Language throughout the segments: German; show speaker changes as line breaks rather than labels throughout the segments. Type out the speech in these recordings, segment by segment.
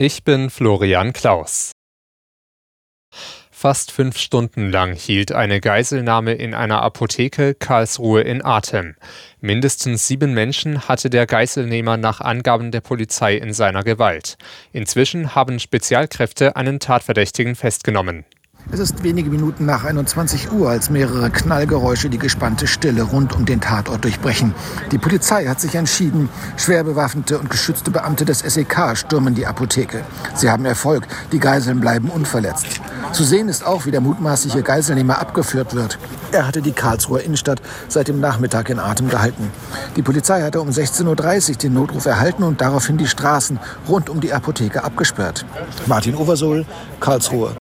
Ich bin Florian Klaus. Fast 5 Stunden lang hielt eine Geiselnahme in einer Apotheke Karlsruhe in Atem. Mindestens 7 Menschen hatte der Geiselnehmer nach Angaben der Polizei in seiner Gewalt. Inzwischen haben Spezialkräfte einen Tatverdächtigen festgenommen.
Es ist wenige Minuten nach 21 Uhr, als mehrere Knallgeräusche die gespannte Stille rund um den Tatort durchbrechen. Die Polizei hat sich entschieden. Schwer bewaffnete und geschützte Beamte des SEK stürmen die Apotheke. Sie haben Erfolg. Die Geiseln bleiben unverletzt. Zu sehen ist auch, wie der mutmaßliche Geiselnehmer abgeführt wird. Er hatte die Karlsruher Innenstadt seit dem Nachmittag in Atem gehalten. Die Polizei hatte um 16:30 Uhr den Notruf erhalten und daraufhin die Straßen rund um die Apotheke abgesperrt. Martin Oversohl, Karlsruhe.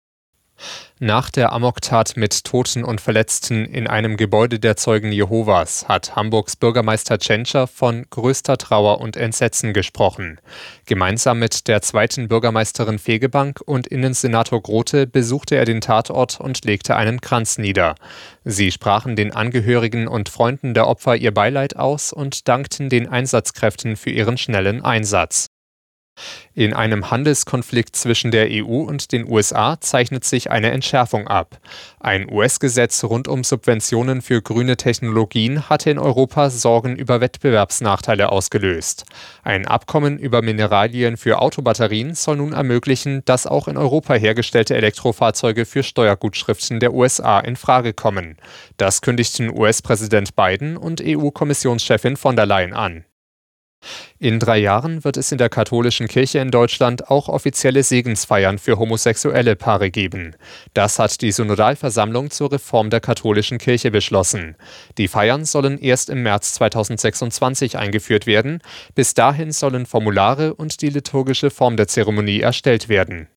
Nach der Amoktat mit Toten und Verletzten in einem Gebäude der Zeugen Jehovas hat Hamburgs Bürgermeister Tschentscher von größter Trauer und Entsetzen gesprochen. Gemeinsam mit der zweiten Bürgermeisterin Fegebank und Innensenator Grote besuchte er den Tatort und legte einen Kranz nieder. Sie sprachen den Angehörigen und Freunden der Opfer ihr Beileid aus und dankten den Einsatzkräften für ihren schnellen Einsatz. In einem Handelskonflikt zwischen der EU und den USA zeichnet sich eine Entschärfung ab. Ein US-Gesetz rund um Subventionen für grüne Technologien hatte in Europa Sorgen über Wettbewerbsnachteile ausgelöst. Ein Abkommen über Mineralien für Autobatterien soll nun ermöglichen, dass auch in Europa hergestellte Elektrofahrzeuge für Steuergutschriften der USA in Frage kommen. Das kündigten US-Präsident Biden und EU-Kommissionschefin von der Leyen an. In 3 Jahren wird es in der katholischen Kirche in Deutschland auch offizielle Segensfeiern für homosexuelle Paare geben. Das hat die Synodalversammlung zur Reform der katholischen Kirche beschlossen. Die Feiern sollen erst im März 2026 eingeführt werden. Bis dahin sollen Formulare und die liturgische Form der Zeremonie erstellt werden.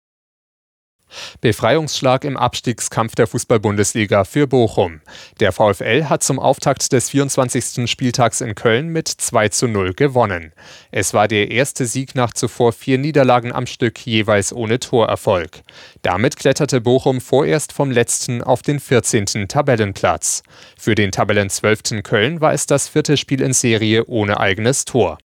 Befreiungsschlag im Abstiegskampf der Fußball-Bundesliga für Bochum. Der VfL hat zum Auftakt des 24. Spieltags in Köln mit 2:0 gewonnen. Es war der erste Sieg nach zuvor 4 Niederlagen am Stück, jeweils ohne Torerfolg. Damit kletterte Bochum vorerst vom letzten auf den 14. Tabellenplatz. Für den Tabellenzwölften Köln war es das 4. Spiel in Serie ohne eigenes Tor.